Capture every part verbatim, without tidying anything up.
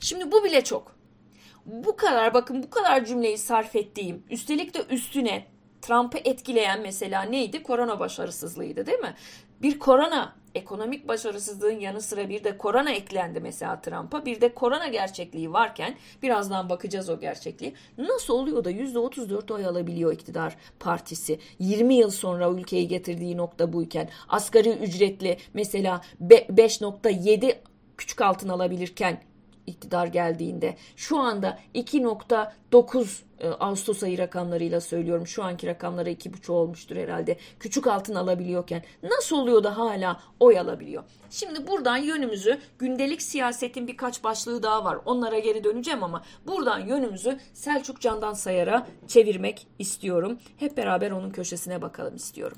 Şimdi bu bile çok. Bu kadar bakın bu kadar cümleyi sarf ettiğim, üstelik de üstüne Trump'ı etkileyen mesela neydi? Korona başarısızlığıydı değil mi? Bir korona, ekonomik başarısızlığın yanı sıra bir de korona eklendi mesela Trump'a. Bir de korona gerçekliği varken, birazdan bakacağız o gerçekliği. Nasıl oluyor da yüzde otuz dört oy alabiliyor iktidar partisi? yirmi yıl sonra ülkeyi getirdiği nokta buyken, asgari ücretli mesela beş nokta yedi küçük altın alabilirken iktidar geldiğinde şu anda iki nokta dokuz Ağustos ayı rakamlarıyla söylüyorum. Şu anki rakamlara iki buçuk olmuştur herhalde. Küçük altın alabiliyorken nasıl oluyor da hala oy alabiliyor? Şimdi buradan yönümüzü gündelik siyasetin birkaç başlığı daha var. Onlara geri döneceğim ama buradan yönümüzü Selçuk Candansayar'a çevirmek istiyorum. Hep beraber onun köşesine bakalım istiyorum.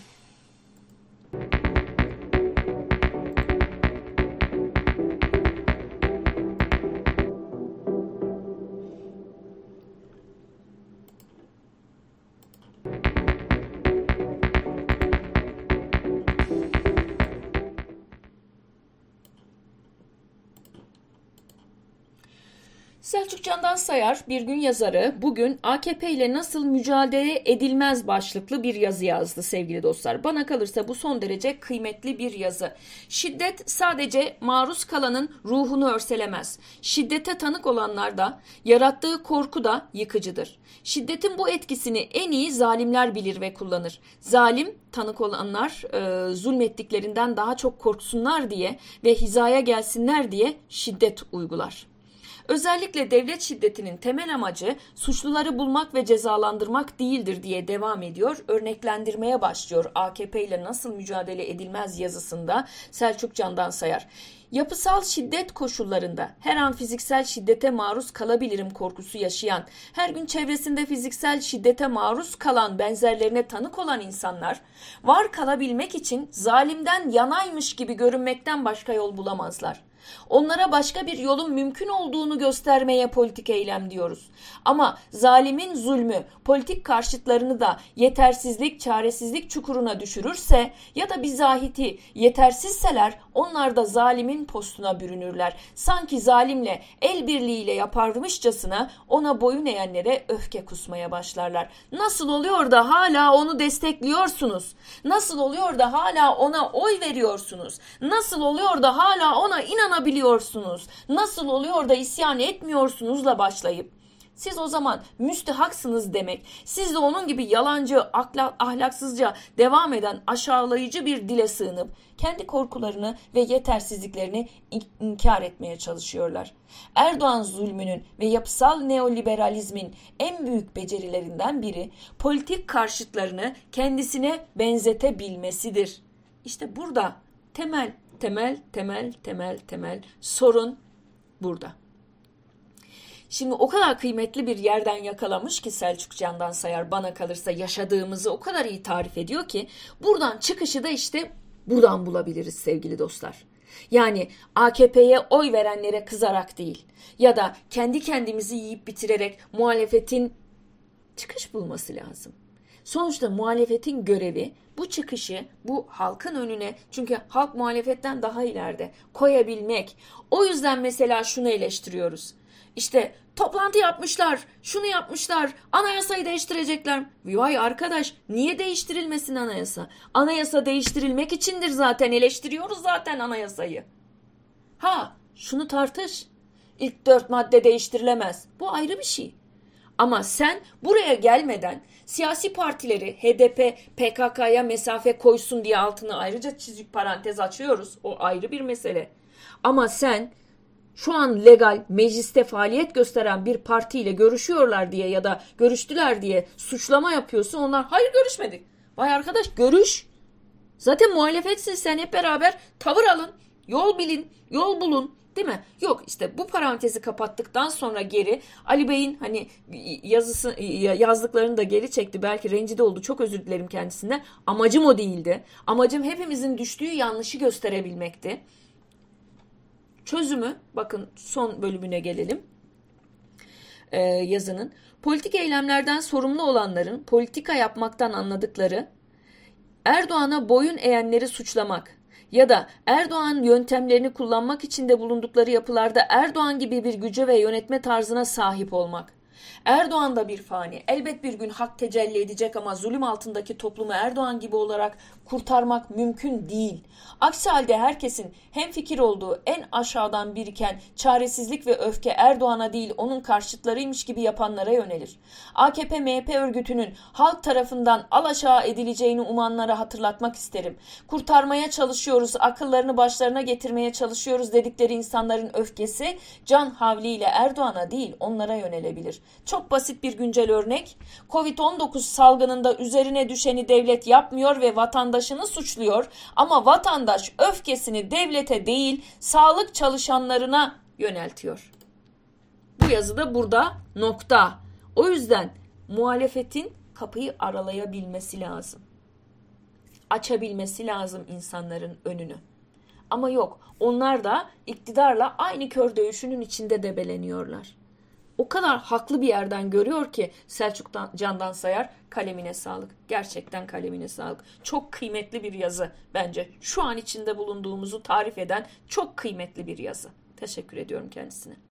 Selçuk Candansayar bir gün yazarı bugün A K P ile nasıl mücadele edilmez başlıklı bir yazı yazdı sevgili dostlar. Bana kalırsa bu son derece kıymetli bir yazı. Şiddet sadece maruz kalanın ruhunu örselemez. Şiddete tanık olanlar da yarattığı korku da yıkıcıdır. Şiddetin bu etkisini en iyi zalimler bilir ve kullanır. Zalim tanık olanlar e, zulmettiklerinden daha çok korksunlar diye ve hizaya gelsinler diye şiddet uygular. Özellikle devlet şiddetinin temel amacı suçluları bulmak ve cezalandırmak değildir diye devam ediyor. Örneklendirmeye başlıyor A K P ile nasıl mücadele edilmez yazısında Selçuk Candansayar. Yapısal şiddet koşullarında her an fiziksel şiddete maruz kalabilirim korkusu yaşayan, her gün çevresinde fiziksel şiddete maruz kalan benzerlerine tanık olan insanlar, var kalabilmek için zalimden yanaymış gibi görünmekten başka yol bulamazlar. Onlara başka bir yolun mümkün olduğunu göstermeye politik eylem diyoruz. Ama zalimin zulmü politik karşıtlarını da yetersizlik, çaresizlik çukuruna düşürürse ya da bizahiti yetersizseler onlar da zalimin postuna bürünürler. Sanki zalimle el birliğiyle yaparmışçasına ona boyun eğenlere öfke kusmaya başlarlar. Nasıl oluyor da hala onu destekliyorsunuz? Nasıl oluyor da hala ona oy veriyorsunuz? Nasıl oluyor da hala ona inanabiliyorsunuz? Nasıl oluyor da isyan etmiyorsunuzla başlayıp siz o zaman müstehaksınız demek, siz de onun gibi yalancı, ahlaksızca devam eden aşağılayıcı bir dile sığınıp kendi korkularını ve yetersizliklerini inkar etmeye çalışıyorlar. Erdoğan zulmünün ve yapısal neoliberalizmin en büyük becerilerinden biri politik karşıtlarını kendisine benzetebilmesidir. İşte burada temel, temel, temel, temel, temel sorun burada. Şimdi o kadar kıymetli bir yerden yakalamış ki Selçuk Candansayar bana kalırsa yaşadığımızı o kadar iyi tarif ediyor ki buradan çıkışı da işte buradan bulabiliriz sevgili dostlar. Yani A K P'ye oy verenlere kızarak değil ya da kendi kendimizi yiyip bitirerek muhalefetin çıkış bulması lazım. Sonuçta muhalefetin görevi bu çıkışı bu halkın önüne, çünkü halk muhalefetten daha ileride, koyabilmek. O yüzden mesela şunu eleştiriyoruz. İşte toplantı yapmışlar, şunu yapmışlar, anayasayı değiştirecekler. Vay arkadaş, niye değiştirilmesin anayasa? Anayasa değiştirilmek içindir zaten, eleştiriyoruz zaten anayasayı. Ha, şunu tartış. İlk dört madde değiştirilemez. Bu ayrı bir şey. Ama sen buraya gelmeden siyasi partileri H D P, P K K'ya mesafe koysun diye altını ayrıca çizik parantez açıyoruz. O ayrı bir mesele. Ama sen şu an legal mecliste faaliyet gösteren bir partiyle görüşüyorlar diye ya da görüştüler diye suçlama yapıyorsun. Onlar hayır görüşmedik. Vay arkadaş görüş. Zaten muhalefetsin sen, hep beraber tavır alın. Yol bilin, yol bulun. Değil mi? Yok işte bu parantezi kapattıktan sonra geri Ali Bey'in hani yazısı yazdıklarını da geri çekti. Belki rencide oldu. Çok özür dilerim kendisinden. Amacım o değildi. Amacım hepimizin düştüğü yanlışı gösterebilmekti. Çözümü, bakın son bölümüne gelelim ee, yazının. Politik eylemlerden sorumlu olanların politika yapmaktan anladıkları, Erdoğan'a boyun eğenleri suçlamak Ya da Erdoğan yöntemlerini kullanmak için de bulundukları yapılarda Erdoğan gibi bir güce ve yönetme tarzına sahip olmak. Erdoğan da bir fani. Elbet bir gün hak tecelli edecek ama zulüm altındaki toplumu Erdoğan gibi olarak kurtarmak mümkün değil. Aksi halde herkesin hemfikir olduğu en aşağıdan biriken çaresizlik ve öfke Erdoğan'a değil onun karşıtlarıymış gibi yapanlara yönelir. A K P M H P örgütünün halk tarafından alaşağı edileceğini umanlara hatırlatmak isterim. Kurtarmaya çalışıyoruz, akıllarını başlarına getirmeye çalışıyoruz dedikleri insanların öfkesi can havliyle Erdoğan'a değil onlara yönelebilir. Çok basit bir güncel örnek. kovid on dokuz salgınında üzerine düşeni devlet yapmıyor ve vatandaşını suçluyor ama vatandaş öfkesini devlete değil sağlık çalışanlarına yöneltiyor. Bu yazı da burada nokta. O yüzden muhalefetin kapıyı aralayabilmesi lazım. Açabilmesi lazım insanların önünü. Ama yok, onlar da iktidarla aynı kör dövüşünün içinde debeleniyorlar. O kadar haklı bir yerden görüyor ki Selçuk Candan Sayar, kalemine sağlık. Gerçekten kalemine sağlık. Çok kıymetli bir yazı bence. Şu an içinde bulunduğumuzu tarif eden çok kıymetli bir yazı. Teşekkür ediyorum kendisine.